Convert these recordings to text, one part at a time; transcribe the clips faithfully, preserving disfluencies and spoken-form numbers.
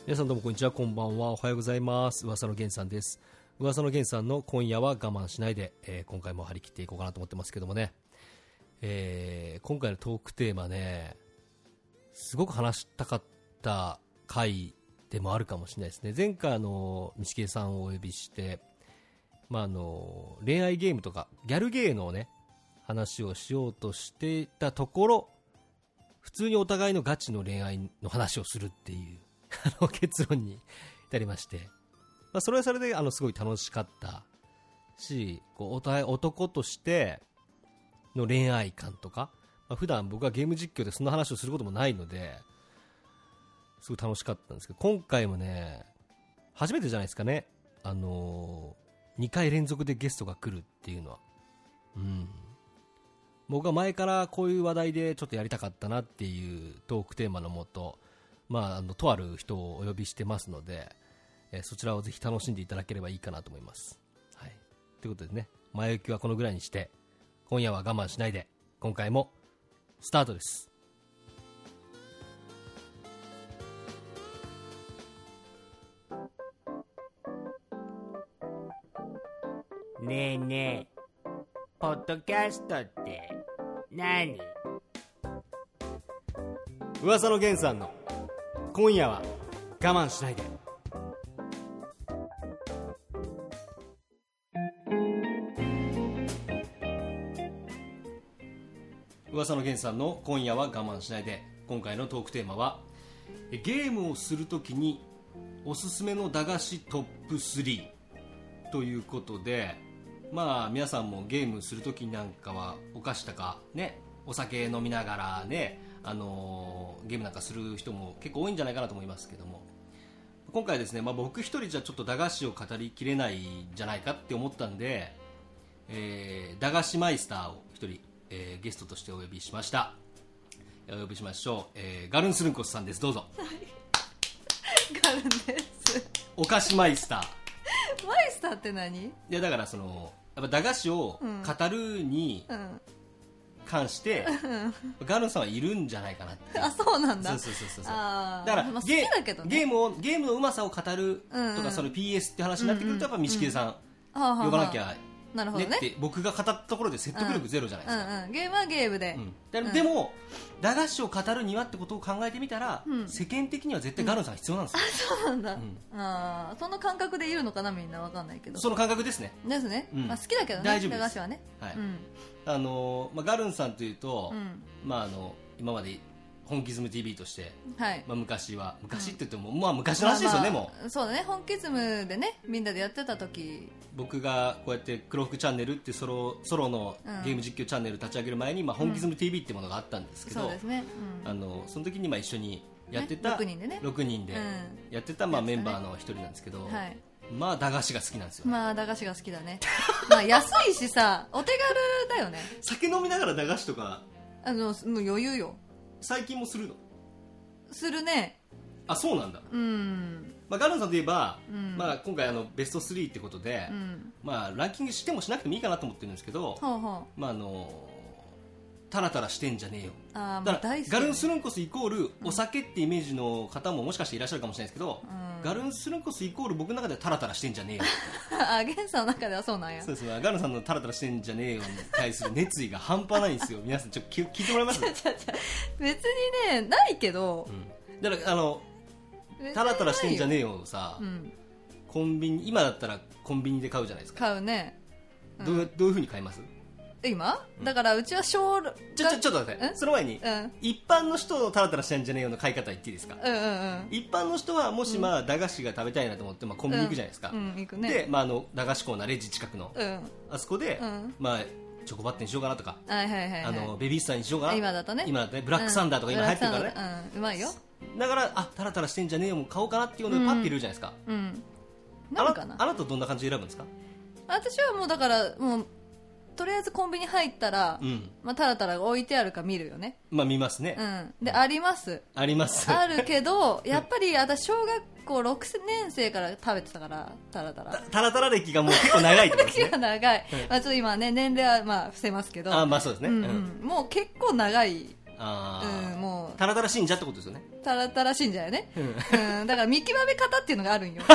皆さんどうもこんにちは、こんばんは、おはようございます。噂の源さんです。噂の源さんの今夜は我慢しないで、えー、今回も張り切っていこうかなと思ってますけどもね、えー、今回のトークテーマね、すごく話したかった回でもあるかもしれないですね。前回あの道重さんをお呼びして、まあ、あの恋愛ゲームとかギャルゲーのね話をしようとしていたところ、普通にお互いのガチの恋愛の話をするっていうあの結論に至りまして、まあ、それはそれであのすごい楽しかったし、こうお互い男としての恋愛観とか、まあ、普段僕はゲーム実況でそんな話をすることもないのですごい楽しかったんですけど、今回もね初めてじゃないですかね、あのー、にかい連続でゲストが来るっていうのは、うん、僕は前からこういう話題でちょっとやりたかったなっていうトークテーマのもと、まあ、あのとある人をお呼びしてますので、えー、そちらをぜひ楽しんでいただければいいかなと思います。はい、ということでね、前置きはこのぐらいにして、今夜は我慢しないで、今回もスタートです。 ねえねえ、ポッドキャストって何？ 噂の源さんの今夜は我慢しないで。噂の源さんの今夜は我慢しないで。今回のトークテーマはゲームをするときにおすすめの駄菓子トップスリーということで、まあ皆さんもゲームするときなんかはお菓子とかね、お酒飲みながらね、あのー、ゲームなんかする人も結構多いんじゃないかなと思いますけども、今回ですね、まあ、僕一人じゃちょっと駄菓子を語りきれないんじゃないかって思ったんで、えー、駄菓子マイスターを一人、えー、ゲストとしてお呼びしました。お呼びしましょう、えー、ガルンスルンコスさんです。どうぞ。 ガルンです。 お菓子マイスター。 マイスターって何？ いやだからそのやっぱ駄菓子を語るに、うんうん関して、うん、ガルンさんはいるんじゃないかなって。 あ、そうなんだ。 そうそうそうそう。 あだから、 まあ、好きだけどね、 ゲームをゲームのうまさを語るとか、うんうん、その ピーエス って話になってくると、やっぱ道重さん、うんうん、呼ばなきゃなるほどねって僕が語ったところで説得力ゼロじゃないですか。 うんうんうん、ゲームはゲームで。 うん、で, でも駄菓子を語るにはってことを考えてみたら、うん、世間的には絶対ガルンさん必要なんですよ。 うん、あ、そうなんだ。うん、あ、その感覚でいるのかな、みんなわかんないけど。 その感覚ですね。 ですね。うん、まあ、好きだけどね。 大丈夫です。 駄菓子はね。 はい。うん、あのーまあ、ガルンさんというと、うん、まああの今まで本気ズム ティーブイ として、はいまあ、昔は昔って言っても、うん、まあ昔の話ですよね、まあまあ、 もうそうだね、本気ズムでねみんなでやってた時、 僕がこうやって黒服チャンネルってソロソロのゲーム実況チャンネル立ち上げる前に、まあ、本気ズム ティーブイ ってものがあったんですけど、うん、そうですね、うん、あのその時にまあ一緒にやってた、ね、ろくにんでねろくにんでやってた、まあ、メンバーの一人なんですけど、はい、まあ駄菓子が好きなんですよ。 まあ駄菓子が好きだねまあ安いしさ、お手軽だよね。 酒飲みながら駄菓子とかあのもう余裕よ。 最近もするの？ するね。あ、 そうなんだ。うん、まあ、ガルンさんといえば、うんまあ、今回あのベストスリーってことで、うんまあ、ランキングしてもしなくてもいいかなと思ってるんですけど、ほうほう、まあ、あのタラタラしてんじゃねえよ。あ、だからガルンスルンコスイコールお酒ってイメージの方ももしかしていらっしゃるかもしれないですけど、うん、ガルンスルンコスイコール僕の中ではタラタラしてんじゃねえよあ、ゲンさんの中ではそうなんや。 そうですね、ガルンさんのタラタラしてんじゃねえよに対する熱意が半端ないんですよ皆さんちょっと聞いてもらえます？ 別にね、ないけど、 うん、だからあのタラタラしてんじゃねえよさ、うん、コンビニ今だったらコンビニで買うじゃないですか。 買うね、 うん、どうどういう風に買います？ 今、うん、だからうちは小ちょちょちょっと待って、その前に、うん、一般の人のタラタラしてんじゃねえよの買い方言っていいですか？うんうんうん、一般の人はもし、まあ、駄菓子が食べたいなと思って、まあ、コンビニ行くじゃないですか、うんうん、行くね。で、まあ、あの駄菓子コーナーレジ近くの、うん、あそこで、うん、まあチョコバッテンにしようかなとか、はいはいはいはい、あのベビースターにしようかな、 今だとね、 今だとねブラックサンダーとか今流行ってるからね、 うん、うまいよ。 だからあタラタラしてんじゃねえよも買おうかなっていうのでパッて入れるじゃないですか、うんうん、なるかな。あなたどんな感じで選ぶんですか？ 私はもうだからもうとりあえずコンビニ入ったら、うんまあ、タラタラが置いてあるか見るよね。 まあ見ますね、 うん、で、うん、ありますありますあるけどやっぱり私小学校ろくねん生から食べてたからタラタラタラタラ歴がもう結構長いってことですね。 歴が長い、まあ、ちょっと今ね年齢はまあ伏せますけど、 あ、まあそうですね、うんうん、もう結構長いあ、 うん、もうタラタラ信者ってことですよね。 タラタラ信者やね、うん、だから見極め方っていうのがあるんよ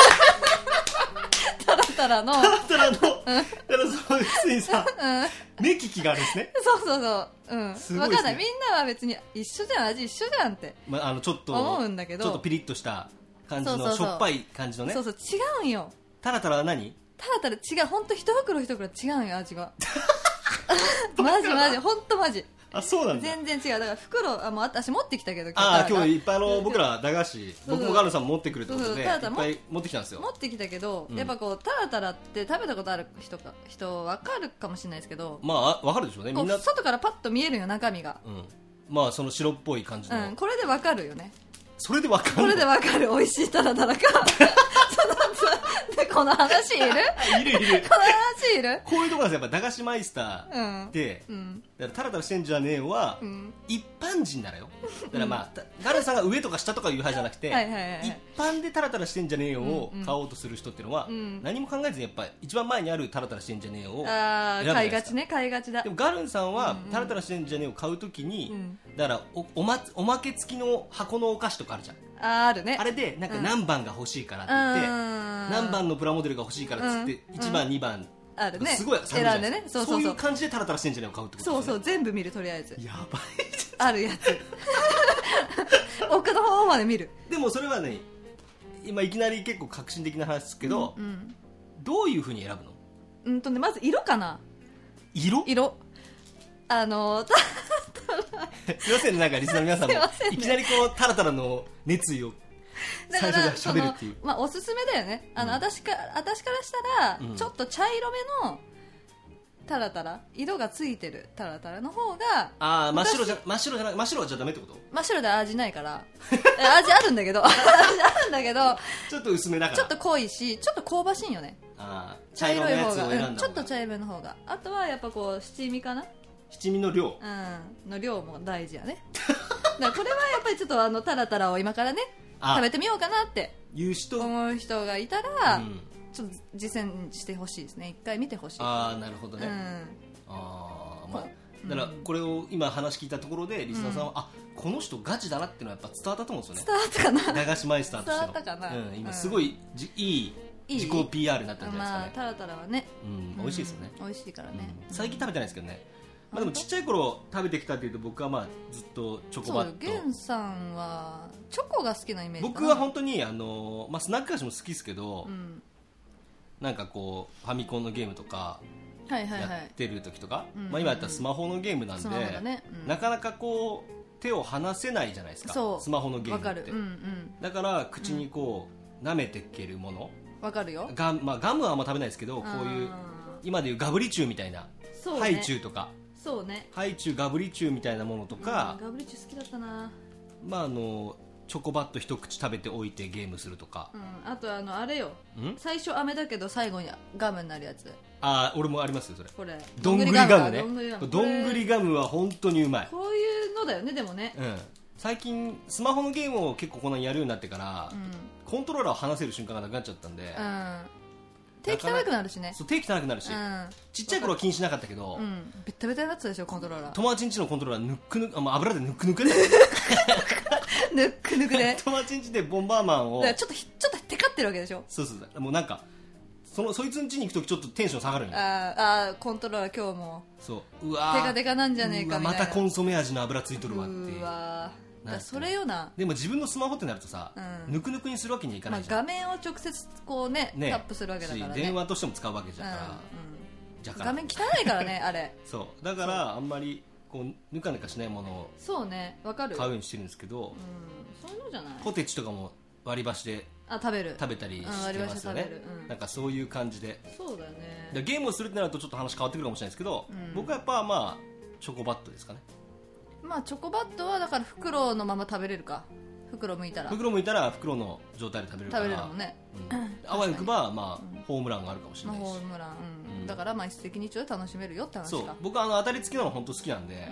タラタラのタラタラの、だからその別にさ、 うん、 目利きがあるんですね。 そうそうそう、うん、 すごいですね。 分かんない、みんなは別に一緒じゃん、味一緒じゃんって、 まあ、あのちょっと思うんだけど、 ちょっとピリッとした感じのそうそうそうしょっぱい感じのね。 そうそう、違うんよ。 タラタラは何？ タラタラ違う、本当一袋一袋違うんよ、味がマジマジ、本当マジ。 あ、そうなんだ。 全然違う。だから袋、あ、もう私持ってきたけど、 ああ、今日いっぱいあうんの僕ら駄菓子、僕もガルさんも持ってくるってことで、いっそうそうタラタラぱい持ってきたんですよ。 持ってきたけど、 うんやっぱこうタラタラって食べたことある人か人わかるかもしれないですけど、 まあわかるでしょうね、みな。 こうん外からパッと見えるよ、中身が。 うん。まあその白っぽい感じの。 うん、これでわかるよね。 それでわかる。 これでわかる、美味しいタラタラかそのでこの話いるいるいる。 この話いるこういうところなんですよ、やっぱ駄菓子マイスターって、 うん、 だからタラタラしてんじゃねえは、 うん、 一般人ならよ。だからまあ、ガルさんが上とか下とかいう派じゃなくて、 はいはいはいはい、 一般でタラタラしてんじゃねえよを買おうとする人っていうのは、 うんうん、 何も考えずにやっぱ一番前にあるタラタラしてんじゃねえよを選ぶじゃあないですか。 買いがちね、買いがちだ。 でもガルンさんは、 うんうん、 タラタラしてんじゃねえを買うときに、 うん、 だから お, お, まおまけ付きの箱のお菓子とかあるじゃん。 あ, あるね。 あれでなんか何番が欲しいからって言って、 うん、 何番のプラモデルが欲しいからっつって、うん、いちばん、にばんあるね、 すごい選んでね、 そうそうそう、そういう感じでタラタラしてんじゃねえを買うってことですね。 そうそう、全部見る、とりあえずやばいあるやつ奥の方まで見る。 でもそれはね、今いきなり結構革新的な話ですけど、 うんうん、 どういう風に選ぶの？ うんとね、まず色かな。 色？ 色、あのすいませんね、なんかリスナーの皆さんも、ね、いきなりこうタラタラの熱意を最初から喋るっていう。 まあ、おすすめだよね。あの、うん、私か私からしたら、うん、ちょっと茶色めのタラタラ、色がついてるタラタラの方が、 ああ、真っ白じゃ真っ白じゃな真っ白じゃダメってこと？ 真っ白で味ないから味あるんだけど味あるんだけどちょっと薄めだから、 ちょっと濃いし、ちょっと香ばしいよね。 ああ、 茶色い方が、 うん、 ちょっと茶色いの方が。あとはやっぱこう七味かな、 七味の量、 うん、の量も大事やねだからこれはやっぱりちょっとあのタラタラを今からね食べてみようかなって言う人思う人がいたら、 うん、 ちょっと実践してほしいですね。一回見てほしい。 ああ、なるほどね、うん、あ、まあ、だからこれを今話聞いたところでリスナーさんは、うん、あ、この人ガチだなっていうのはやっぱ伝わったと思うんですよね。 伝わったかな、 駄菓子マイスターとしての。 伝わったかな、 うん、今すごいじ、いい自己 ピーアール になったんじゃないですかね。 まあ、タラタラはね、 うん、美味しいですよね。 美味しいからね、 うん、最近食べてないですけどね。まあ、でもちっちゃい頃食べてきたっていうと、僕はまあずっとチョコバット。 そう、ゲンさんはチョコが好きなイメージかな。 僕は本当にあの、まあ、スナック菓子も好きですけど、 うん、 なんかこうファミコンのゲームとかはいはいはい、 やってる時とか、 うんうんうん、 まあ、今やったらスマホのゲームなんで、 ね、うん、 なかなかこう手を離せないじゃないですか、スマホのゲームって。 わかる、うんうん、 だから口にこう、うん、舐めていけるもの、 わかるよ。 ガム、まあ、ガムはあんま食べないですけど、こういう今でいうガブリチュウみたいな、 そうね、 ハイチュウとか、 そうね、 ハイチュウ、ガブリチュウみたいなものとか、 うん、ガブリチュウ好きだったな。 まああのチョコバット一口食べておいてゲームするとか、 うん、あとあのあれよ、最初飴だけど最後にガムになるやつ。 ああ、俺もありますよそれ。 これどんぐりガムね。どんぐりガム、どんぐりガムは本当にうまい。 こういうのだよね。でもね、 うん、最近スマホのゲームを結構こんなにやるようになってから、うん、コントローラーを離せる瞬間がなくなっちゃったんで、うん、 手汚くなるしね。 そう、手汚くなるし、うん、ちっちゃい頃は気にしなかったけど、 うん、ベッタベタになってたでしょコントローラー。 友達ん家のコントローラーぬっくぬく、あ、もう油でぬっくぬくでぬっくぬくで友達ん家でボンバーマンをちょっとちょっとテカってるわけでしょ。 そうそう、もうなんかそのそいつん家に行くときちょっとテンション下がるんよ。 ああ、コントローラー今日もそう、うわテカテカなんじゃねえかみたいな。 またコンソメ味の油ついとるわっていう。 うわだそれよな。 でも自分のスマホってなるとさ、うん、ぬくぬくにするわけにはいかないじゃん、 まあ、画面を直接こう ね, ねタップするわけだからね。 電話としても使うわけじゃから、うんうん、 じゃから画面汚いからねあれそうだからあんまりこうぬかぬかしないものをそうね、わかる、 買うようにしてるんですけど、 うん、そういうのじゃない。 ポテチとかも割り箸であ食べる食べたりしてますよね、うん、なんかそういう感じで。 そうだね。 ゲームをするってなるとちょっと話変わってくるかもしれないですけど、うん、僕はやっぱまあチョコバットですかね。 まあチョコバットはだから袋のまま食べれるか。袋剥いたら袋剥いたら袋の状態で食べれるから食べれるもんね、 うん、あわよくば、まあ、ホームランがあるかもしれないし、まあ、 ホームラン、うんうん、だからまあ一石二鳥で楽しめるよって話か。 そう、僕はあの当たり付きなの本当好きなんで、うん、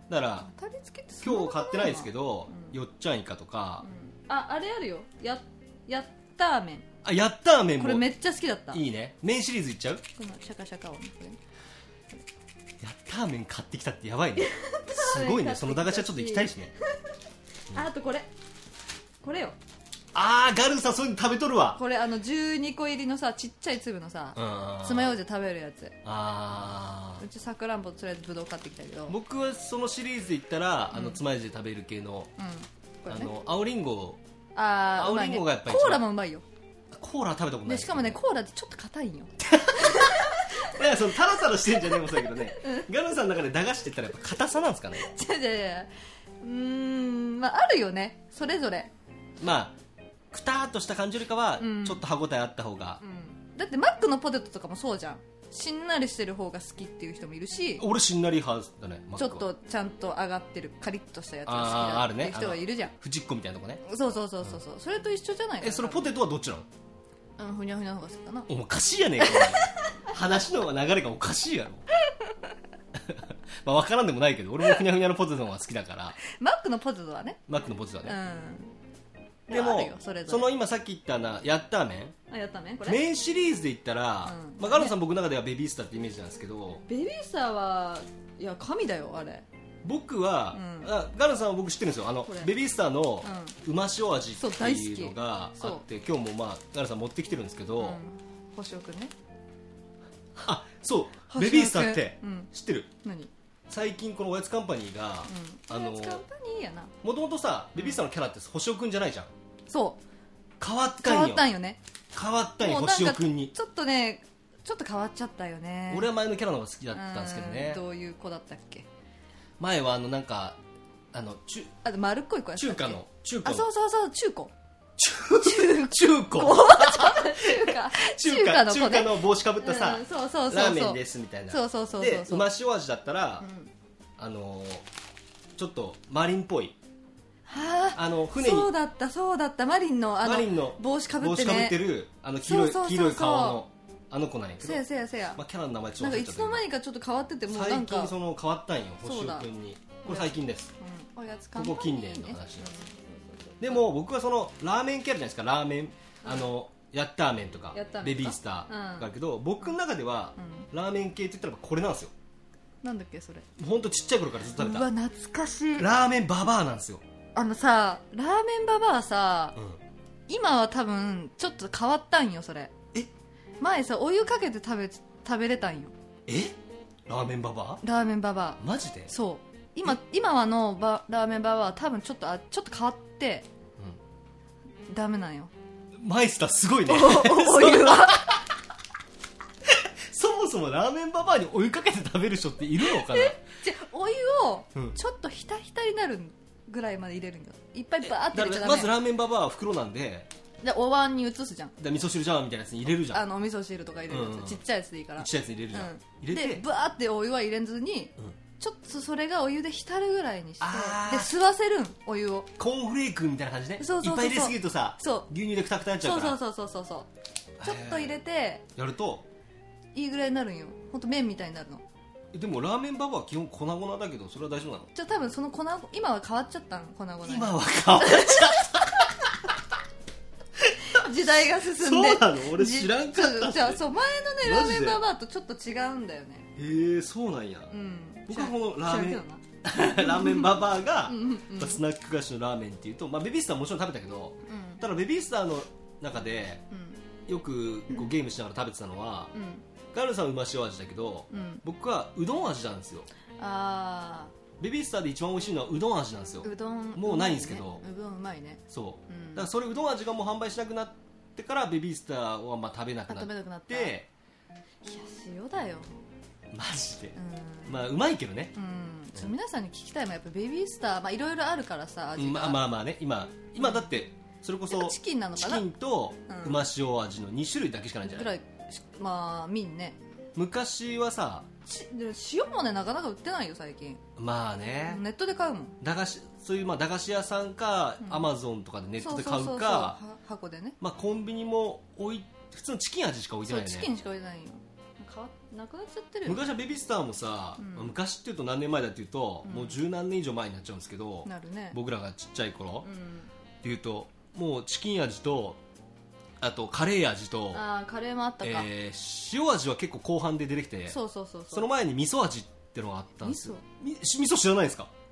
だから当たり付きって今日買ってないですけど、うん、よっちゃんイカとか、 うん、ああれあるよ、ややったー麺。 あ、やったー麺もこれめっちゃ好きだった。 いいね。麺シリーズいっちゃう。 このシャカシャカをね、これやったー麺買ってきたってやばいねすごいね、その駄菓子はちょっと行きたいしね。 あとこれこれよ、 あーガルさんそういうの食べとるわ。 これあのじゅうにこ入りのさちっちゃい粒のさうん爪楊枝食べるやつ。 あうちさくらんぼとりあえずぶどう買ってきたけど、 僕はそのシリーズで言ったら、あのつまようじで食べる系の、 うんこれね、 あの青りんご、 あーうまいね。 青りんごがやっぱりコーラもうまいよ。 コーラは食べたことないでしかもねコーラってちょっと硬いんよ。 いやそのタラタラしてんじゃねえもそうだけどね、ガルさんの中で駄菓子って言ったらやっぱ硬さなんですかね。 違う違う違う、うーん、まああるよねそれぞれ。 まあくたーっとした感じよりかは、 うんちょっと歯応えあった方が、 うん、だってマックのポテトとかもそうじゃん。しんなりしてる方が好きっていう人もいるし、 俺しんなり派だね。マッちょクはっとちゃんと上がってるカリッとしたやつがあー好きだあるねっていう人がいるじゃん。 藤っ子みたいなとこね。 そうそうそうそうそう、それと一緒じゃないかな。 えそのポテトはどっちなの？ うんふにゃふにゃの方が好きかな。 おかしいやねんか話の流れがおかしいやろまあ分からんでもないけど、俺もふにゃふにゃのポテトの方が好きだから。 マックのポテトはね、 マックのポテトはうね、 ん、 でもあるよそれぞれ。 その今さっき言ったなヤッター麺あやったねこれ。 麺シリーズで言ったら、 うんまあ、ガルさん僕の中ではベビースターってイメージなんですけど、 ベビースターはいや神だよあれ。 僕は、 うんあガルさんは僕知ってるんですよ。あのこれベビースターのうま塩味ってそう大好きいうのがあそうって、今日もまあガルさん持ってきてるんですけど、 うん、星尾くんね。 あそう星尾くんベビースターってうん知ってる？ 何？ 最近このおやつカンパニーが、 うん、 あのおやつカンパニーやな。 もともとさベビースターのキャラって星尾くんじゃないじゃん。 そう変わったんよ。 変わったんよね。 変わったんよもうなんか星尾くんに。 ちょっとねちょっと変わっちゃったよね。 俺は前のキャラの方が好きだったんですけどねうん。どういう子だったっけ？ 前はあのなんかあの中あと丸っこい子やったっけ？ 中華の中華あのそうそうそう中古中中華中華中華の子ね中華の帽子かぶったさ、 うんそうそうそうそうラーメンですみたいな。 そうそうそうそうでそううま塩味だったら、 うんあのーちょっとマリンっぽいはああの船にそうだったそうだったマリンのあのマリンの帽子かぶって帽子かぶってね。 るあの黄色いそうそうそうそう黄色い顔のあの子なんやけど、 せやせやせや、 まあ、キャラの名前ちょなんかっと忘れちゃったけどいつの間にかちょっと変わっててもうな最んか近その変わったんよ星そうだ尾くんに。これ最近です。 うん、おやつここカンパニー近年の話なんです。でも僕はそのラーメンキャラじゃないですか。ラーメンあのヤッター麺とかヤッター麺とかベビースターとかあるけど、僕の中ではラーメン系って言ったらこれなんですよ。 なんだっけそれ。 ほんとちっちゃい頃からずっと食べたうわ懐かしい。 ラーメンババアなんですよ。 あのさラーメンババアさ、 うん今は多分ちょっと変わったんよそれ。 え前さお湯かけて食べ食べれたんよえラーメンババラーメンババア。 アマジで？ そう今今はのバラーメンババアは多分ちょっとあちょっと変わって、ダメなんよマイスターすごいねお湯はそもそもラーメンババアにお湯かけて食べる人っているのかな？ じゃお湯をうんちょっとひたひたになるぐらいまで入れるんよ。いっぱいバーってだ入れちゃダメ。 からまずラーメンババアは袋なんで、 でお椀に移すじゃん。 だから味噌汁ジャーみたいなやつに入れるじゃん。 あのお味噌汁とか入れるやつ、 うんちっちゃいやつでいいから。 ちっちゃいやつ入れるじゃん。 うん入れてでバーってお湯は入れずに、 うんちょっとそれがお湯で浸るぐらいにしてあーで吸わせるんお湯を。 コーンフレークみたいな感じね。 そうそうそうそういっぱい入れすぎるとさ、 そう牛乳でクタクタになっちゃそううから。 そうそうそうそうそうちょっと入れてやると、 いいぐらいになるんよ。ほんと麺みたいになるの。 えでもラーメンババアは基本粉々だけど、それは大丈夫なの？ じゃあ多分その粉今は変わっちゃったん粉々に。 今は変わっちゃっ時代が進んで。 そうなの？俺知らんかったじそうじゃあそう前のねラマジでーメンババアとちょっと違うんだよね。 へえー、そうなんや。 うん僕はこのラーメン知らんけどなラーメンババアがうんうんうんまあスナック菓子のラーメンっていうと、まあ、ベビースターもちろん食べたけど、 うんただベビースターの中でうんよくこうゲームしながら食べてたのは、 うんガルさんはうま塩味だけど、 うん僕はうどん味なんですよ。 あベビースターで一番美味しいのはうどん味なんですよ。 ーうどんもうないんですけどうどんうまいね。 そう、 うんだからそれうどん味がもう販売しなくなってからベビースターはまあ食べなくなあ食べなくなっったて、 いや塩だよ。 マジで、 うんまあうまいけどね、 うんちょ皆さんに聞きたいのはやっぱベビースターまあいろいろあるからさ味がまあまあまあね、今今だってそれこそチキンなのかなチキンとうんうま塩味のに種類だけしかないんじゃない？ ぐらいまあみんね昔はさ、 ちでも塩もねなかなか売ってないよ最近。 まあね、 ネットで買うもん。 駄菓子そういうまあ駄菓子屋さんかアマゾンとかでネットで買うそうそうそうそうか、 は箱でね。 まあコンビニも置い普通のチキン味しか置いてないよね。 そうチキンしか置いてないよ。かわなくなっちゃってるよ。 昔はベビースターもさ、 うんまあ昔っていうと何年前だっていうと、 うんもう十何年以上前になっちゃうんですけど、 なるね。 僕らがちっちゃい頃、っうん。 ていうともうチキン味とあとカレー味と、 ああカレーもあったか。 えー塩味は結構後半で出てきて、 そうそうそうそう。 その前に味噌味ってのがあったんですよ。 味み味噌知らないですか？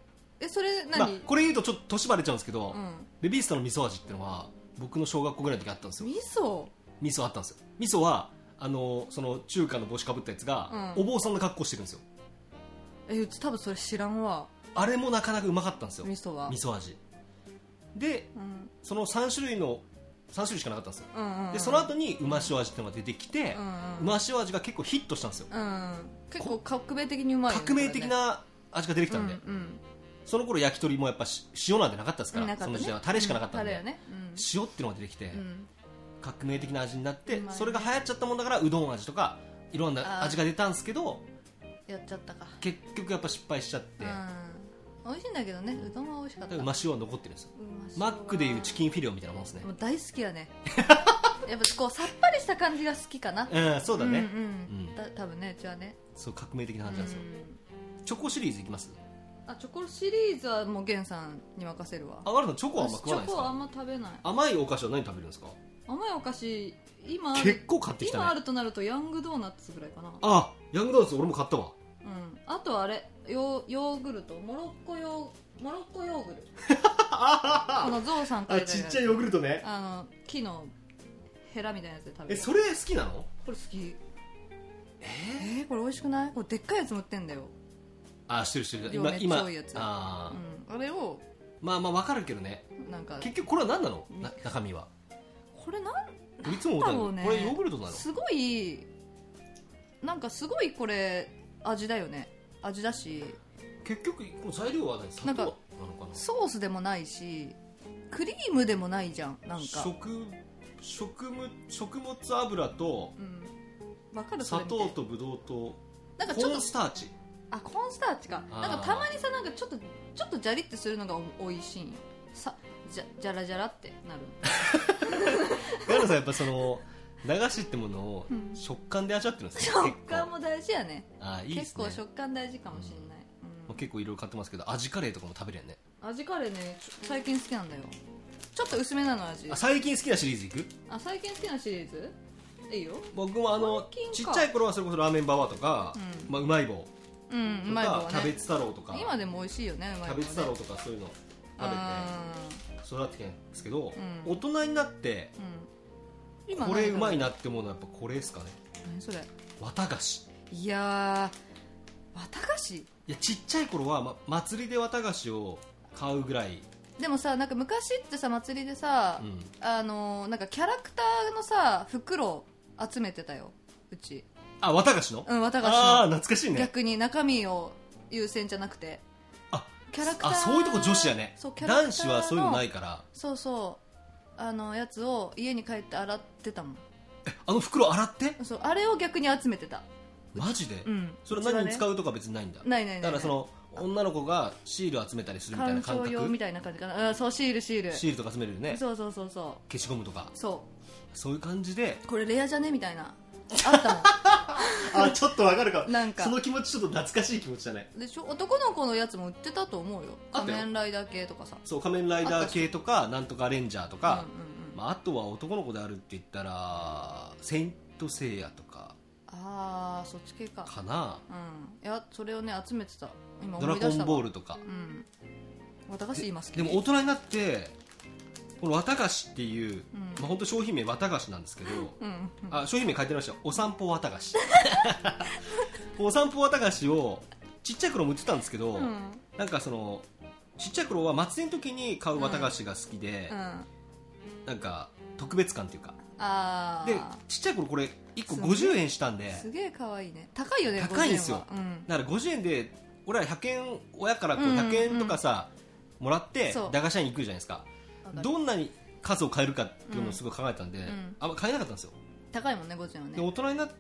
えそれ何、 まあ、これ言うとちょっと年バレちゃうんですけど、 うん、 ベビースターの味噌味っていうのは僕の小学校ぐらいの時あったんですよ。 味噌味噌あったんですよ。味噌はあのその中華の帽子かぶったやつが、うん、お坊さんの格好してるんですよ。 えうち多分それ知らんわ。 あれもなかなかうまかったんですよ、 味噌は。 味噌味で、うん、そのさん種類のさん種類しかなかったんですよ、うんうんうん、でその後にうま塩味っていうのが出てきて、うんうん、うま塩味が結構ヒットしたんですよ、うん、 結構革命的にうまい、ね、 革命的な味が出てきたんで、うんうん、その頃焼き鳥もやっぱ塩なんてなかったですから、ね、その時代はタレしかなかったんで、うんねうん、塩っていうのが出てきて、うん、革命的な味になって、ね、それが流行っちゃったもんだからうどん味とかいろんな味が出たんですけど、 やっちゃったか、 結局やっぱ失敗しちゃって、うん美味しいんだけどね、うどんは美味しかった。 うま塩は残ってるんですよ。マックでいうチキンフィレオみたいなもんですね。 もう大好きやねやっぱこうさっぱりした感じが好きかな。 うんそうだね、うんうんうん、だ多分ねうちはねそう革命的な感じなんですよ、うん、チョコシリーズいきます？ あチョコシリーズはもうゲンさんに任せるわ。 あガルさんチョコはあんま食わないですか？ チョコはあんま食べない。 甘いお菓子は何食べるんですか？ 甘いお菓子今結構買ってきたね。 今あるとなるとヤングドーナツぐらいかな。 あヤングドーナツ俺も買ったわ。 うん、あとあれヨー、ヨーグルトモロッコヨーモロッコヨーグルこのゾウさんからちっちゃいヨーグルトね、 あの木のヘラみたいなやつで食べる。 えそれ好きなの？ これ好き。えー、これ美味しくない？これでっかいやつも売ってんだよ。 あ知ってる知ってる。 今今やつあ、 うん、あれをまあまあ分かるけどね。なんか結局これは何なの？な中身はこれなんいつも思ったの、ね、これヨーグルトなの？ すごいなんかすごいこれ味だよね。味だし結局この材料は何？砂糖なのかな？ ソースでもないしクリームでもないじゃん。なんか食食物食物油と、 うん、わかる？ 砂糖とブドウとなんかちょっとコーンスターチ。 あコーンスターチか。なんかたまにさなんかちょっとちょっとジャリってするのがおいしいんよ。さじゃじゃらじゃらってなるガルさんやっぱその駄菓子ってものを食感で味わってるんですよ、 うん、食感も大事やね。 あいいですね。 結構食感大事かもしれない、 うん、結構いろいろ買ってますけど味カレーとかも食べるよね。 味カレーね最近好きなんだよ。ちょっと薄めなの味。 あ最近好きなシリーズいく？ あ最近好きなシリーズいいよ。 僕もあのちっちゃい頃はそれこそラーメンババアとか、うんまあ、うまい棒うん、うまい棒ね、 キャベツ太郎とか今でも美味しいよね。うまい棒ね、 キャベツ太郎とかそういうの食べて育ってきたんですけど、うん、大人になって、うん、これうまいなって思うのはやっぱこれですかね。 何それ？ 綿菓子。 いやー綿菓子。いやちっちゃい頃は、ま、祭りで綿菓子を買うぐらい。 でもさなんか昔ってさ祭りでさ、うん、あのー、なんかキャラクターのさ袋集めてたようち。 あ綿菓子の？ うん綿菓子の。 ああ懐かしいね。 逆に中身を優先じゃなくてあキャラクター。 あそういうとこ女子やね。男子はそういうのないから。 そうそうあのやつを家に帰って洗ってたもん。 えあの袋洗って？ そうあれを逆に集めてた。 マジで？ うん。 それ何に使うとか別にないんだ。 ないないない。 だからその女の子がシール集めたりするみたいな感覚。 鑑賞用みたいな感じかな。あそうシールシールシールとか集めるよね。 そうそうそうそう。 消しゴムとか。 そうそういう感じでこれレアじゃねみたいなあったもんあちょっとわかるか。 なんかその気持ちちょっと懐かしい気持ちじゃない。 でしょ。男の子のやつも売ってたと思うよ。仮面ライダー系とかさ。 そう仮面ライダー系とかなんとかレンジャーとか、うんうんうんまあ、あとは男の子であるって言ったらセイントセイヤとか。 ああそっち系かかな。 うんいやそれをね集めてた。今思い出した。ドラゴンボールとか。 うん綿菓子今好き。 でも大人になってこの綿菓子っていう、うんまあ、本当商品名綿菓子なんですけど、うんうん、あ商品名書いてましたよ。お散歩綿菓子お散歩綿菓子をちっちゃい頃も売ってたんですけど、うん、なんかそのちっちゃい頃は祭りの時に買う綿菓子が好きで、うんうん、なんか特別感っていうかあでちっちゃい頃これいっこごじゅうえんしたんで。 すげえかわいいね。高いよね。 高いんですよ、うん、だからごじゅうえんで俺らひゃくえん親からこうひゃくえんとかさ、うんうん、もらって駄菓子屋に行くじゃないですか。どんなに数を買えるかっていうのをすごい考えたんで、うん、あんま買えなかったんですよ。 高いもんねごじゅうえんはね。 で大人になって、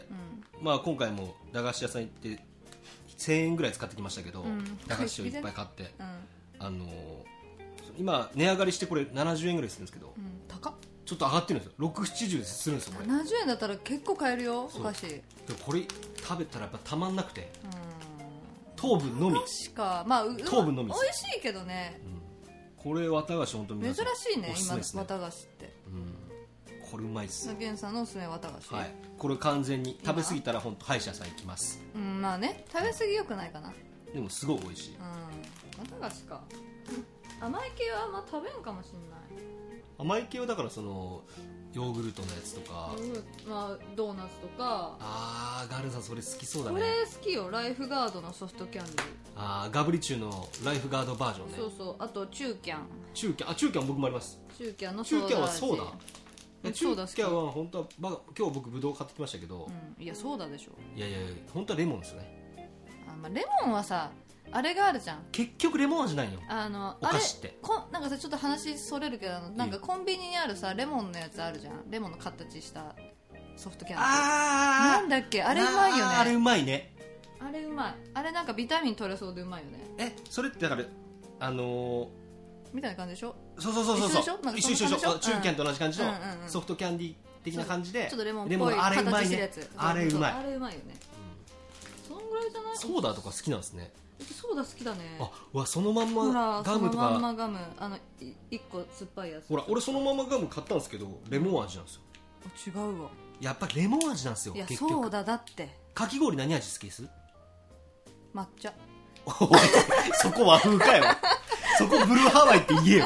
うんまあ、今回も駄菓子屋さん行ってせんえんぐらい使ってきましたけど、うん、駄菓子をいっぱい買って、うん、あのー、今値上がりしてこれななじゅうえんぐらいするんですけど、うん、高っ。ちょっと上がってるんですよ。ろくじゅうななじゅうするんですよこれ。 ななじゅうえんだったら結構買えるよお菓子。 でこれ食べたらやっぱたまんなくて、うん糖分のみ。 確か、まあ、 糖分のみ美味しいけどね、 うん、これ綿菓子本当に珍しいね今綿菓子って、 うん、これうまいっす。 源さんのおすすめ綿菓子、 はい、これ完全に食べ過ぎたら本当歯医者さん行きます。 うんまあね食べ過ぎよくないかな。 でもすごい美味しい、 うんまた菓子か甘い系はあんま食べんかもしんない。 甘い系はだからそのヨーグルトのやつとか、 うん、まあドーナツとか。 あーガルさんそれ好きそうだね。 これ好きよ、ライフガードのソフトキャンディー。 あーガブリチュウのライフガードバージョンね。 そうそう、あとチューキャン。 チューキャン、あチューキャン僕もあります。 チューキャンのチューキャンは味ソーダ。 うんチューキャンは本当は、まあ、今日僕ブドウ買ってきましたけど、 うん、いやソーダでしょ。 いやいや本当はレモンですよね。 あ、まあ、レモンはさあれがあるじゃん。 結局レモン味ないよ、 あのお菓子って。 あれこなんかさちょっと話それるけど、なんかコンビニにあるさレモンのやつあるじゃん。レモンの形したソフトキャンディー。 あーなんだっけあれうまいよね。 あれうまいね。 あれうまい。あれなんかビタミン取れそうでうまいよね。 えそれってだからあのー、 みたいな感じでしょ。 そうそうそうそう、 一緒でしょなんか一緒一緒一緒、 そんな感じでしょチューキャンと同じ感じのうんうんうんソフトキャンディー的な感じで、 ちょっとレモンっレモぽいンあれうまいね形してるやつ。 あれうまい。 あれうまいよね、うん、そんぐらいじゃない。 ソーダとか好きなんですね。 ソーダ好きだね。 あうわそのまんほらまガムとそのまんか。 まガム、あのい一個酸っぱいやつ。 ほら俺そのままガム買ったんですけどレモン味なんですよ。 あ違うわ。 やっぱりレモン味なんですよ。 いや結局そうだだってかき氷何味好きです？ 抹茶。 おいそこ和風かよそこブルーハワイって言えよ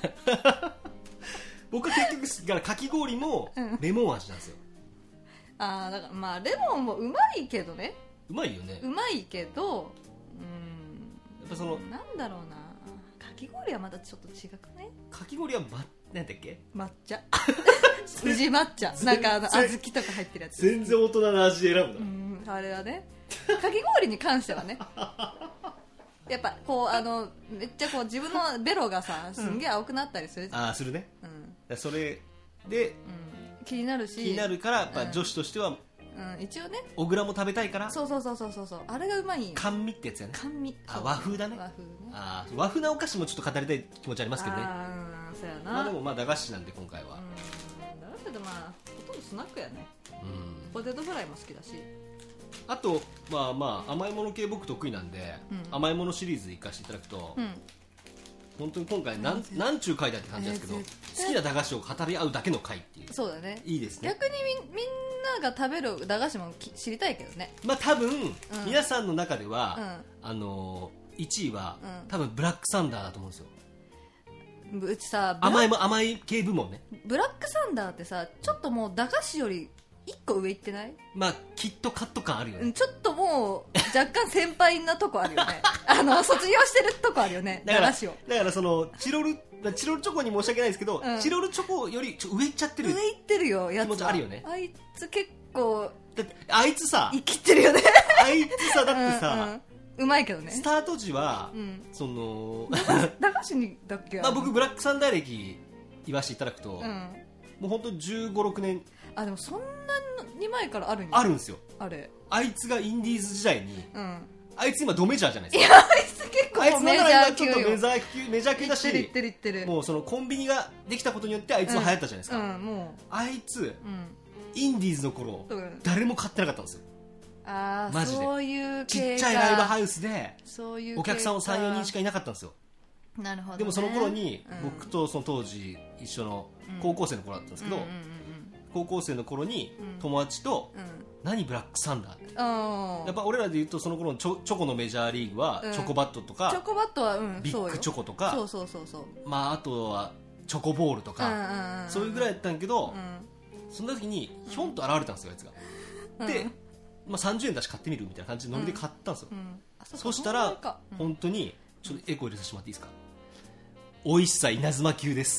僕は結局かき氷もレモン味なんですよ。 ああだからまあレモンもうまいけどね。 うまいよね。 うまいけど、うんやっぱそのなんだろうな、かき氷はまたちょっと違くね。 かき氷は、ま、なんだっけ抹茶宇治抹茶、なんかあの小豆とか入ってるやつ。 全然大人の味選ぶな、 うんあれはねかき氷に関してはねやっぱこうあのめっちゃこう自分のベロがさすんげえ青くなったりするじゃん、 ああするね。 うんそれで、 うん、気になるし気になるからやっぱ女子としては、 うん、一応ね小倉も食べたいからそうそうそうそうそうそう、あれがうまいんよ。 甘味ってやつやね。 甘味。 あ和風だね。 和風ね。 あ和風なお菓子もちょっと語りたい気持ちありますけどね。 ああそうやな。 まあでもまあ駄菓子なんで今回は、 うんだけどまあほとんどスナックやね。 うん、 ポテトフライも好きだし。 あとまあまあ甘いもの系僕得意なんで、 うん甘いものシリーズ行かせていただくと、 うん本当に今回なんなんちゅう回だって感じなんですけど、 えー絶対好きな駄菓子を語り合うだけの回っていうそうだね。 いいですね。 逆にみみんなが食べる駄菓子もき知りたいけどね。 まあ多分、皆さんの中では、 うあのー、いちいは、 うん多分ブラックサンダーだと思うんですよ。 うちさブラ甘いも甘い系部門ね。 ブラックサンダーってさちょっともう駄菓子よりいっこ上いってない？ まあキットカット感あるよね。 うんちょっともう若干先輩なとこあるよねあの卒業してるとこあるよねだから駄菓子を。 だからそのチロルチロルチョコに申し訳ないですけど、 うんチロルチョコよりちょ上行っちゃってる。 上いってるよやつは。 気持ちあるよねあいつ結構だってあいつさ生きってるよねあいつさだってさ、 うんうんうまいけどねスタート時は、 うんその駄菓子にだっけ？ まあ僕ブラックサンダー歴言わせていただくと、 うんもう本当じゅうご、ろくねんあでもそんなに前からあるんやあるんですよ。 あれ。 あいつがインディーズ時代に、 うんあいつ今ドメジャーじゃないでいすか。 やあいつ結構あいつメジの中ではャー級よ。 ちょっとメジャー級メジャー級だし、 いってるいってるいってる。 もうそのコンビニができたことによってあいつも流行ったじゃないですか。 うんもあいつううんインディーズの頃、 うん誰も買ってなかったんですよ。 ああマジでそういうち系か。 っちゃいライブハウスでそういう系かお客さんをさん、よにんしかいなかったんですよ。 なるほどね。 でもその頃にうん僕とその当時一緒の高校生の頃だったんですけど、 うんうんうん高校生の頃にうん友達とうんうん何ブラックサンダーってあやっぱ俺らで言うとその頃のチョチョコのメジャーリーグはうんチョコバットとチョかコバットはうんビッグチョコとか、 そうそうそうそうまああとはチョコボールとか、 うんうんそういうぐらいやったんやけど、 うんその時にひょんと現れたんですよあいつが。で、まあ、さんじゅうえんだし買ってみるみたいな感じでノリで買ったんですよ。 うんあうかそしたそんぐいらかうん本当にちょっとエコー入れさせてもらっていいですか。美味しさ稲妻級です。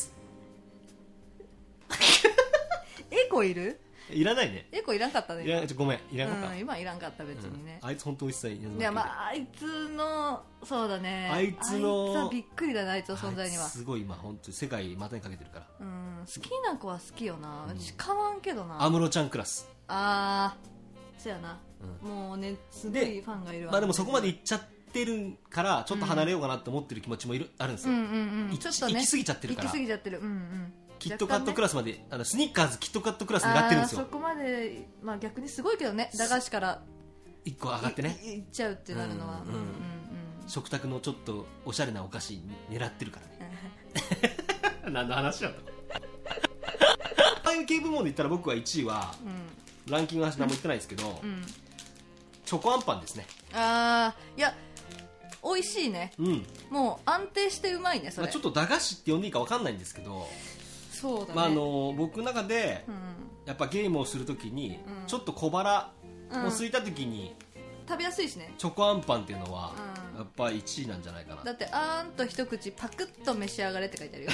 エコいる？ いらないね。 エコいらんかったねいらちょごめんいらなかった、 うん今いらんかった別にねうんあいつ本当美味しさ稲妻級で。 いやまああいつのそうだねあいつのあいつはびっくりだねあいつの存在にはあいつすごい今本当に世界股にかけてるから。 うん好きな子は好きよなうんうち買わんけどな安室ちゃんクラス。 あーそやなうもうねすごいファンがいるわまあでもそこまで行っちゃってるからちょっと離れようかなって思ってる気持ちもいる、あるんですよ、 うんうんうんいちょっとね行き過ぎちゃってるから行き過ぎちゃってるうんうんキットカットクララスまで、あのスニッカーズキットカットクラス狙ってるんですよ。 そこまでまあ逆にすごいけどね駄菓子からいっこ上がってね、 いいっちゃうってなるのはうんうんうん食卓のちょっとおしゃれなお菓子狙ってるからね何の話だとああいう系部門で言ったら僕はいちいはうんランキングの話何も言ってないですけど、 うんうんチョコアンパンですね。 ああいや美味しいねうんもう安定してうまいねそれ、 まあ、ちょっと駄菓子って呼んでいいか分かんないんですけど、 そうだね、 まあ、あの僕の中でうん、 やっぱゲームをするときに、 うんちょっと小腹うんを空いたときに、 食べやすいしね。 チョコアンパンっていうのは、 うんやっぱいちいなんじゃないかな。 だってあーんと一口パクッと召し上がれって書いてあるよ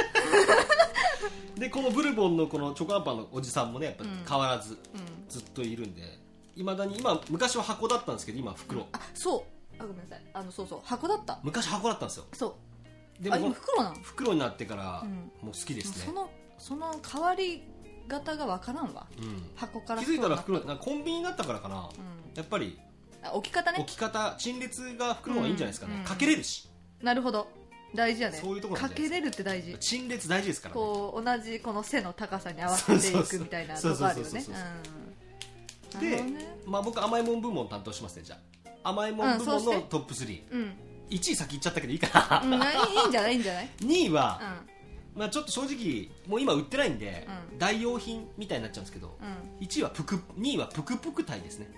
でこのブルボンのこのチョコアンパンのおじさんもねやっぱうん変わらずうんずっといるんで、いまだに今昔は箱だったんですけど今は袋、 あそうあごめんなさいあのそうそう箱だった。 昔箱だったんですよ。 そうでもあ今袋なの。 袋になってからうんもう好きですね、 そのその変わり方がわからんわ。 うん箱から気づいたら袋になっ袋なんかコンビニになったからかな、 うんやっぱりあ置き方ね置き方陳列が袋の方がいいんじゃないですかね、 うんかけれるし、 なるほど大事やね。 そういうところなんじゃないですかかけれるって大事。 陳列大事ですからね。 こう同じこの背の高さに合わせていくみたいなとこあるよね。 そうそうそうそううんでなるほどねまあ、僕甘いもん部門担当しますね。じゃあ甘いもん部門うんそうしてのトップスリー、 うんいちい先言っちゃったけどいいかな、 うん、いいいいんじゃないいいんじゃないにいは、 うまあ、ちょっと正直もう今売ってないんで、 うん代用品みたいになっちゃうんですけど、 んうんいちいはプクにいはプクプクタイですね。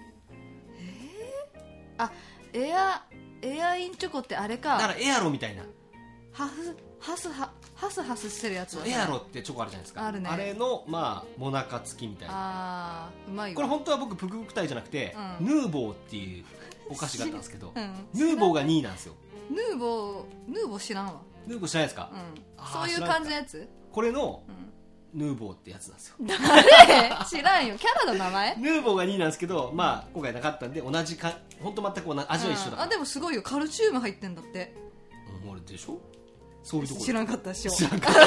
あエアエアインチョコってあれかだからエアロみたいな、 ハフハスハハスハスしてるやつだね。 エアロってチョコあるじゃないですか。 あるねれのまあモナカ付きみたいな。 あーうまいわこれ本当は僕プクプクタイじゃなくて、 うんヌーボーっていうお菓子があったんですけど、 うんヌーボーがにいなんですよ。 ヌーボーヌーボー知らんわ。 ヌーボー知らないですか、 うんあーそういう感じのやつ。 これのうんヌーボーってやつなんですよ。 誰知らんよキャラの名前。 ヌーボーがにいなんですけど、まあ今回なかったんで同じか本当全く同じ味は一緒だから、 うんあでもすごいよカルシウム入ってんだって。 うん、俺でしょそういうところ知らんかったっしょ。 知らんかっただ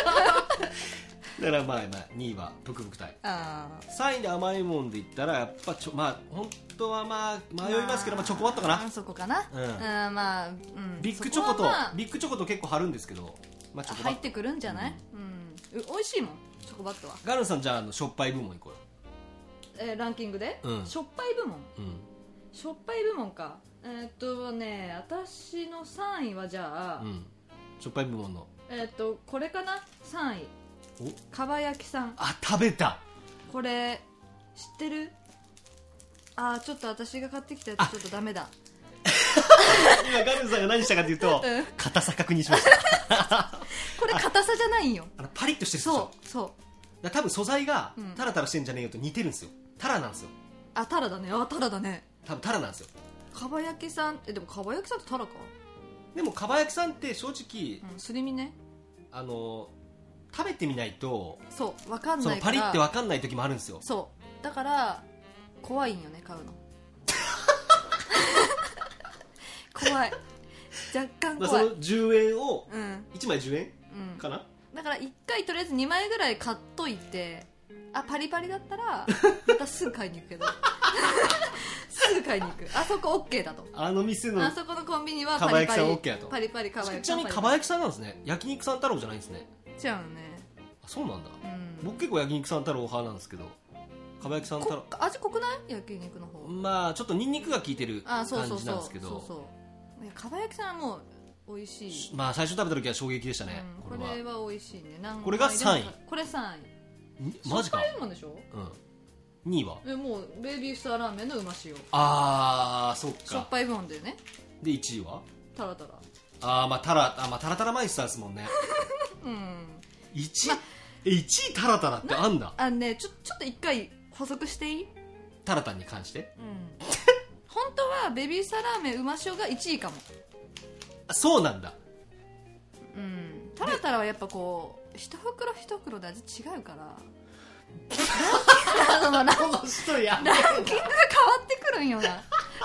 からまあまあにいはプクプクタイ、 あさんいで甘いもんで言ったらやっぱちょまあ本当はまあ迷いますけど、まあ、チョコバットかな、 あそこかな。 うんうんまあうんビッグチョコとそこはまあビッグチョコと結構張るんですけど、まあ、チョコバット入ってくるんじゃない。うんう美味しいもんチョコバットは。 ガルンさんじゃああのしょっぱい部門行こえーランキングでうんしょっぱい部門うよ、うんしょっぱい部門か。えーっとね私のさんいはじゃあ、 うん、しょっぱい部門のえーっとこれかな。さんいおかば焼きさん。 あ食べたこれ知ってる。あーちょっと私が買ってきたやつちょっとダメだ。 今ガルンさんが何したかというと、 うん硬さ確認しましたこれ硬さじゃないんよ。 あのパリッとしてるでしょ。 そうそうだから多分素材がうんタラタラしてんじゃねえよと似てるんですよ。タラなんですよ。 あタラだね。あタラだね。 多分タラなんですよ。 かば焼きさんえでもかば焼きさんってタラか。 でもかば焼きさんって正直、 うんすり身ね。 あの食べてみないとそうわかんそのパリないからって分かんない時もあるんですよ。 そうだから怖いんよね買うの怖い若干怖い。 まあそのじゅうえんをうんいちまいじゅうえんうんかな、 だからいっかいとりあえずにまいぐらい買っといてあパリパリだったらまたすぐ買いに行くけどすぐ買いに行く。あそこ OK だと。 あの店のあそこのコンビニはかばパリパリ焼きさん OK だと。 パリパリかば焼きちなみにかば焼きさんなんですね。焼肉さん太郎じゃないんですね。 き違うのね。 あそうなんだ、 うん僕結構焼肉さん太郎派なんですけど、かば焼きさん太郎こ味濃くない焼肉の方。 まあちょっとニンニクが効いてるあそう感そうそうじなんですけど、 そうそういやかば焼きさんはもう美味しい。 まあ最初食べた時は衝撃でしたね、 うん、ここれはれは美味しいね。何これがさんい回でもこれさんい。 んマジかしょっぱいもんでしょ。 うん、にいはえもうベビースターラーメンのうま塩。 あーそっか。 しょっぱい部門だよね。 でいちいはタラタラ。 あーまあタラあ、まあ、タラタラマイスターですもんねうんいちい、えいちいタラタラってあんだ。 あのねちょちょっと一回補足していい。 タラタンに関してうん本当はベビースターラーメンうま塩がいちいかも。 あそうなんだ。 うんタラタラはやっぱこう一袋一袋で味違うからそのランこの人やランキングが変わってくるんよな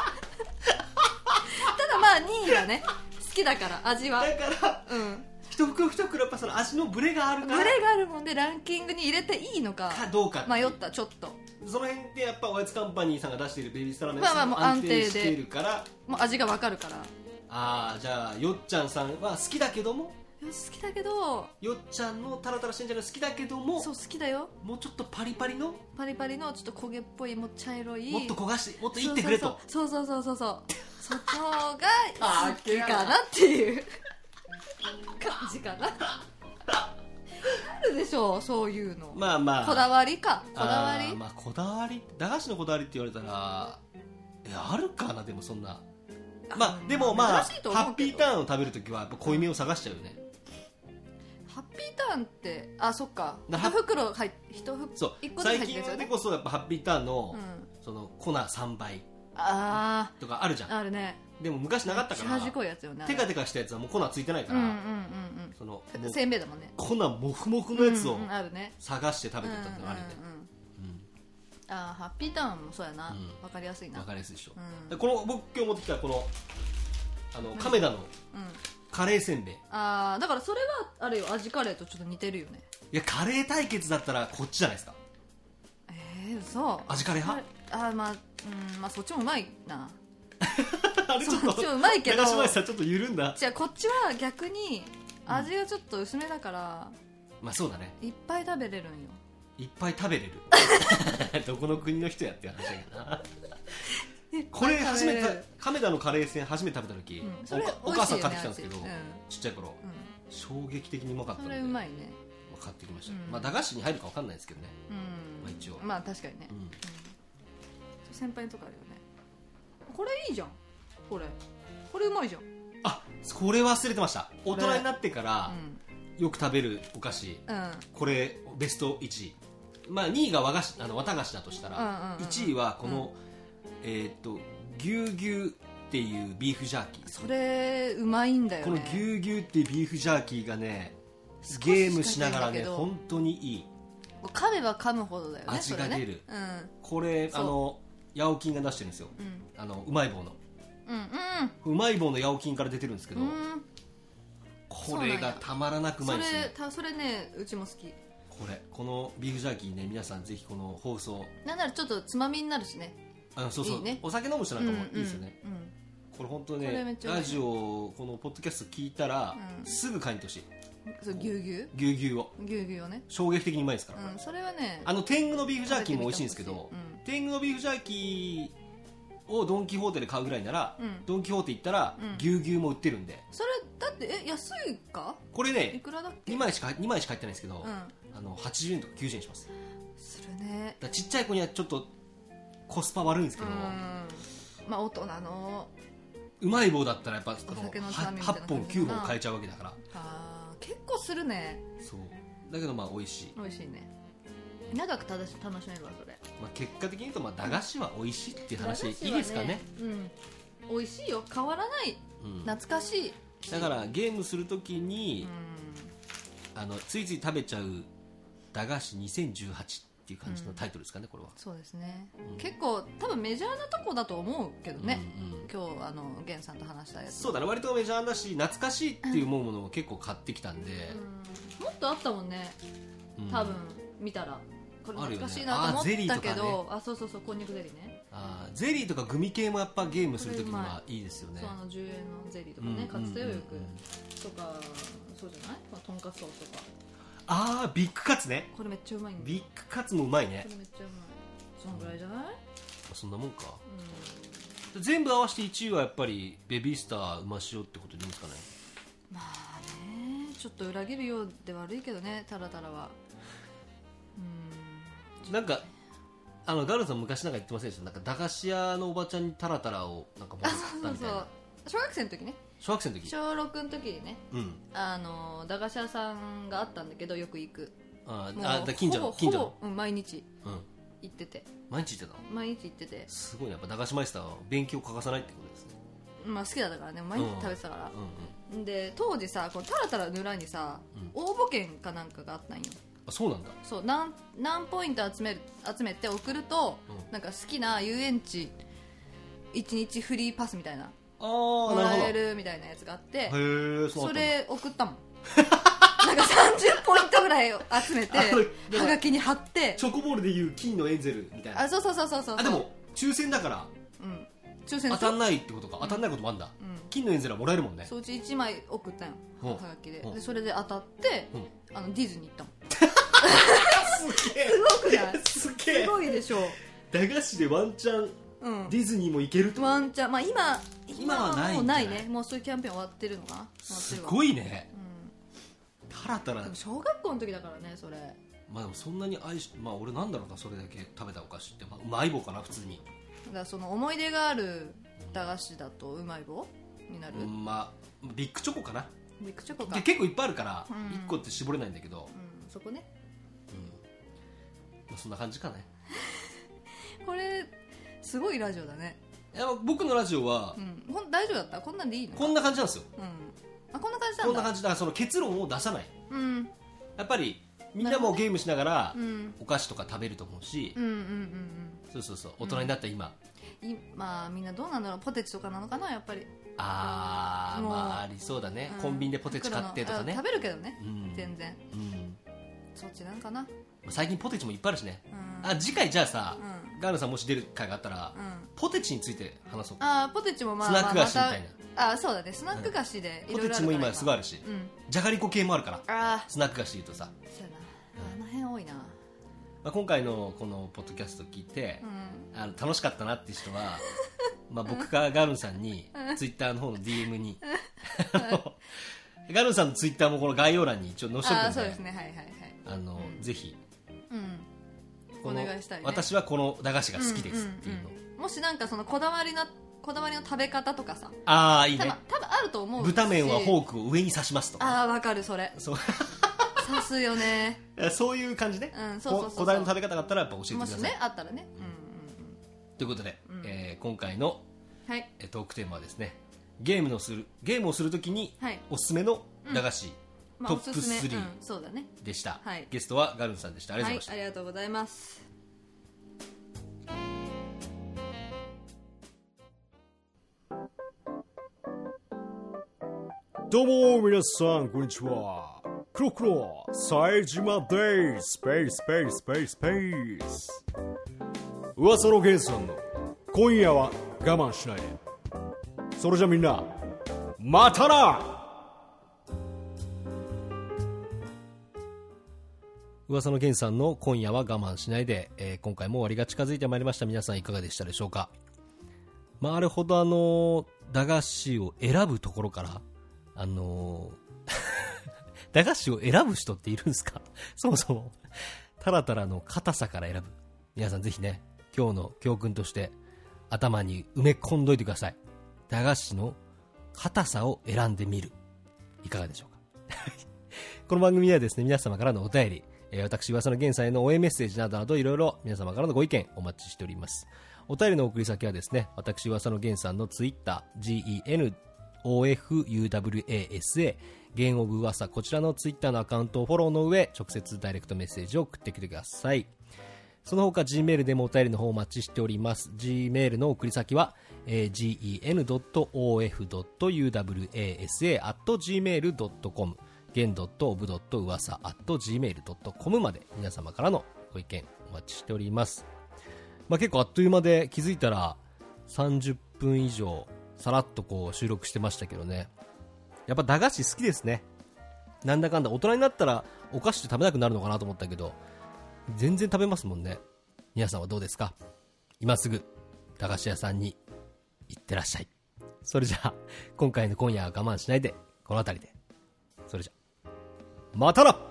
ただまあにいはね好きだから味はだからうん一袋一袋やっぱその味のブレがあるからブレがあるもんでランキングに入れていいのかかどうかっていう迷ったちょっと。 その辺ってやっぱおやつカンパニーさんが出しているベビースターラーメンまあまあもう安定安定でしているからもう味がわかるから。 ああじゃあよっちゃんさんは好きだけどもよし好きだけどよっちゃんのタラタラしてんじゃない好きだけどもそう好きだよ。 もうちょっとパリパリのパリパリのちょっと焦げっぽいもう茶色いもっと焦がしてもっといってくれと。 そうそうそうそうそうそこがあ好きかなっていう感じかなあるでしょそういうの。 まあまあこだわりかこだわり。 あーまあこだわり駄菓子のこだわりって言われたらえあるかな。でもそんなまあでもまあ珍しいと思うけどハッピーターンを食べるときはやっぱ濃いめを探しちゃうよね。 ハッピーターンってあそっかだ一袋入っ一袋そう一個ずつ入最ってるやつよね。 近でこそやっぱハッピーターンの、 うん、 その粉さんばいあとかあるじゃん。 ああるね。 でも昔なかったから味濃いやつよね。 テカテカしたやつはもう粉ついてないから、 うんうんうんそのうん。 もうせんべいだもんね。 粉もふもふのやつをうんうんあるね。 探して食べてたってのがあるよね。 うんうんうんうんあーハッピーターンもそうやな、 うんわかりやすいな。 わかりやすいでしょ、 うんでこの僕今日持ってきたこのあの亀田のうん、 カレーせんべい、 あーだからそれはあれよ味カレーとちょっと似てるよね。 いやカレー対決だったらこっちじゃないですか。 えー、嘘。 味カレー派あーまあうんまあそっちもうまいな。 あれちょっとそっちもうまいけど長島さんちょっと緩んだ。 じゃあこっちは逆に味がちょっと薄めだから、 まあそうだね、 いっぱい食べれるんよ。 いっぱい食べれるどこの国の人やって話だけどなこれ初めて亀田のカレーせん初めて食べた時、 うんそれおお母さん買ってきたんですけど、 美味しいよねちっちゃい頃、 う衝撃的にうまかったん、そのでれうまいね。 まあ買ってきました、 うんまあ駄菓子に入るか分かんないですけどね、 うんまあ一応まあ確かにね、 うん先輩のとかあるよね。これいいじゃん。これこれうまいじゃん。 あこれ忘れてました。大れ人になってからうよく食べるお菓子、 んうんこれベストいちい、まあ、にいが和菓子あの綿菓子だとしたうんうんうんらいちいはこの、えーっとぎゅうぎゅうっていうビーフジャーキー、 それうまいんだよこのね。 ぎゅうぎゅうっていうビーフジャーキーがね少ししかゲームしながらねないんだけど本当にいい。 噛めば噛むほどだよね。 味が出るそれねこれそうあのヤオキンが出してるんですよ、 うんあのうまい棒のうんうまい棒のヤオキンから出てるんですけど、 うんうんこれがたまらなくうまいそですね。 れたそれねうちも好き。 これこのビーフジャーキーね皆さんぜひこの放送なんならちょっとつまみになるしね。 あのそうそういいねお酒飲む人なんかもいいですよね、 うんうんこれ本当これめっねちゃうまいラジオこのポッドキャスト聞いたら、 うんすぐ買いに行ってほしい。 うんそうぎゅうぎゅうぎゅうぎゅうをぎゅうぎゅうをね。 衝撃的にうまいですから、 うんそれはねあの天狗のビーフジャーキーも美味しいんですけど、 食べてみてほしい天狗のビーフジャーキーをドン・キホーテで買うぐらいなら、 うんドン・キホーテ行ったら、 うんぎゅうぎゅうも売ってるんでそれだってえ安いかいこれねくらだっけ。 にまいしかにまいしか入ってないんですけど、 うんあのはちじゅうえんとかきゅうじゅうえんします。だかするね。 らちっちゃい子にはちょっとコスパ悪いんですけど、 うんまあ大人のうまい棒だったらやっぱそのお酒のつまみみたいなはっぽんきゅうほん買えちゃうわけだから、 あー結構するね。 そうだけどまあ美味しい、 美味しいね。長く楽し楽しめるわそれ。 まあ、結果的に言うとまあ駄菓子は美味しいっていう話でいいですかね。 うん美味しいよ。変わらない。 うん懐かしい。 だからゲームするときうに、 んあのついつい食べちゃう駄菓子にせんじゅうはちっていう感じのタイトルですかね、これは。 そうですね、 うん結構多分メジャーなとこだと思うけどね、 うんうん今日あの源さんと話したやつ。 そうだね、割とメジャーだし懐かしいっていう思うものを結構買ってきたんで、 うんもっとあったもんねうん多分見たらこれあるよね懐かしいなと思あーゼリーったとかねけどあ,、そうそうそうこんにゃくゼリーね。 あーゼリーとかグミ系もやっぱゲームするときにはいいですよね。 そうあのじゅうえんのゼリーとかうんね買ってたよよく、 うんうんとかそうじゃない、まあ、とんかつソースとかああビッグカツね。 これめっちゃうまいんだビッグカツもうまいねこ。れめっちゃうまい。そんぐらいじゃない、 そんなもんか。 うん、 全部合わせていちいはやっぱりベビースターうま塩ってことでいいんですかね。 まあねちょっと裏切るようで悪いけどねタラタラは。うんなんかあのガルさん昔なんか言ってませんでした？なんか駄菓子屋のおばちゃんにタラタラをなんかもらったみたいな。 そうそう小学生の時ね小学生の時。 小ろくの時にねうん。 あの駄菓子屋さんがあったんだけどよく行く。もうあーあだ近所のほぼ近所のほ。ぼうん毎日うん。 行ってて毎日行ってたの？ 毎日行っててすごいね、やっぱ駄菓子マイスターは勉強を欠かさないってことですね。 まあ好きだったからね毎日食べてたからうん、うん。 で当時さこのタラタラの裏にさ、 う応募券かなんかがあったんよ。 あ、そうなんだ。 そう何何ポイント集める集めて送ると、 うんなんか好きな遊園地いちにちフリーパスみたいなああ、 もらえなるほど。 るみたいなやつがあってへえ、そうそなんだ。 れ送ったもんなんかさんじゅうポイントぐらい集めてあのはがきに貼ってチョコボールでいう金のエンゼルみたいな。 あそうそうそうそうそうあ、でも抽選だからうん抽選当たんい、 ないってことか。当たんないこともあるんだ。 うん金のエンゼルはもらえるもんね。 そううちいちまい送ったんようんはがきでうんでそれで当たってうんあのディズニー行ったもんすげえ。 すごくないすげすえ。 ごいでしょ駄菓子でワンチャンうんディズニーも行けるって。 ワンチャンまあ今今はないもうないんじゃないねもうそういうキャンペーン終わってるのかなすい、 ごいね。 うんタラタラでも小学校の時だからねそれまあでもそんなに愛しまあ俺なんだろうなそれだけ食べたお菓子って、まあ、うまい棒かな普通に。 だからその思い出がある駄菓子だとうまい棒になる、 うん、まあビッグチョコかな。 ビッグチョコか。 で結構いっぱいあるから、 うん、 いっこって絞れないんだけど、 うん、そこね、 うん、まあ、そんな感じかねこれすごいラジオだね。 いや僕のラジオは、 うん、ほん大丈夫だった？こんなんでいいの？ こんな感じなんですよ、 うん、あこんな感じなんだ。 こんな感じだからその結論を出さない、 うん、 やっぱりみんなもゲームしながらうん、 お菓子とか食べると思うし、 うんうんうんうん、 そうそうそう、大人になった今、 うん、まあみんなどうなんだろう、ポテチとかなのかなやっぱり。 あー、まあありそうだね、うん、コンビニでポテチ買ってとかね、 食べるけどね、 うん、 全然、うん、そっちなんかな。 最近ポテチもいっぱいあるしね、 うん、 あ次回じゃあさ、 うん、 ガールさんもし出る回があったら、うん、ポテチについて話そうか。 あポテチもまあスナック菓子みたいな、 まあ、あそうだね、スナック菓子でいろいろあるから、 ポテチも今すごいあるし、うん、じゃがりこ系もあるから、 あスナック菓子でいうとさ、 そうやな、あの辺多いな。 まあ、今回のこのポッドキャスト聞いて、うん、あの楽しかったなって人はまあ僕かガルンさんにツイッターの方の ディーエム にガルンさんのツイッターもこの概要欄に一応載せておくんで、 あそうですね、はいはいはい、 あの、うん、ぜひ、 うん、お願いしたいね。 私はこの駄菓子が好きですっていうの、 うんうんうん、もしなんかそのこだわりのこだわりの食べ方とかさ、 ああいいね、 多分あると思うし、 豚麺はフォークを上に刺しますとか、 ああわかる、それそう刺すよねそういう感じね、うん、そうそうそうそう、こだわりの食べ方があったらやっぱ教えてください。 もしねあったらね、うんうんうん、 ということで、うん、えー、今回の、 はい、 トークテーマはですね、ゲームのするゲームをするときにおすすめの駄菓子、うん、トップスリー、 まあ、そうだねでした、 はい、 ゲストはガルンさんでした。ありがとうございました、 はい、ありがとうございます。 どうも皆さんこんにちは、クロクロ冴島です。スペーススペーススペーススペース、噂のゲンさんの今夜は我慢しないで。それじゃみんなまたな。 噂のゲンさんの今夜は我慢しないで、えー、今回も終わりが近づいてまいりました。皆さんいかがでしたでしょうか。まああれほどあの駄菓子を選ぶところからあのー、駄菓子を選ぶ人っているんですかそもそもたらたらの硬さから選ぶ。皆さんぜひね、今日の教訓として頭に埋め込んどいてください。駄菓子の硬さを選んでみる、いかがでしょうかこの番組ではですね、皆様からのお便り、えー、私噂のゲンさんへの応援メッセージなどなどいろいろ皆様からのご意見お待ちしております。お便りの送り先はですね、私噂のゲンさんのツイッター ジーイーエヌオーエフユーダブリューエーエスエー ゲンオブ噂、こちらのツイッターのアカウントをフォローの上直接ダイレクトメッセージを送ってきてください。その他 Gmail でもお便りの方お待ちしております。 Gmail の送り先は、えー、ジーイーエヌドットオーエフドットユーダブリューエーエスエー アット ジーメールドットコム ゲンドットオブドット噂 アット ジーメールドットコム まで皆様からのご意見お待ちしております。まあ、結構あっという間で気づいたらさんじゅっぷん以上さらっとこう収録してましたけどね。やっぱ駄菓子好きですね。なんだかんだ大人になったらお菓子って食べなくなるのかなと思ったけど全然食べますもんね。皆さんはどうですか。今すぐ駄菓子屋さんに行ってらっしゃい。それじゃあ今回の今夜は我慢しないでこの辺りで。それじゃまたな。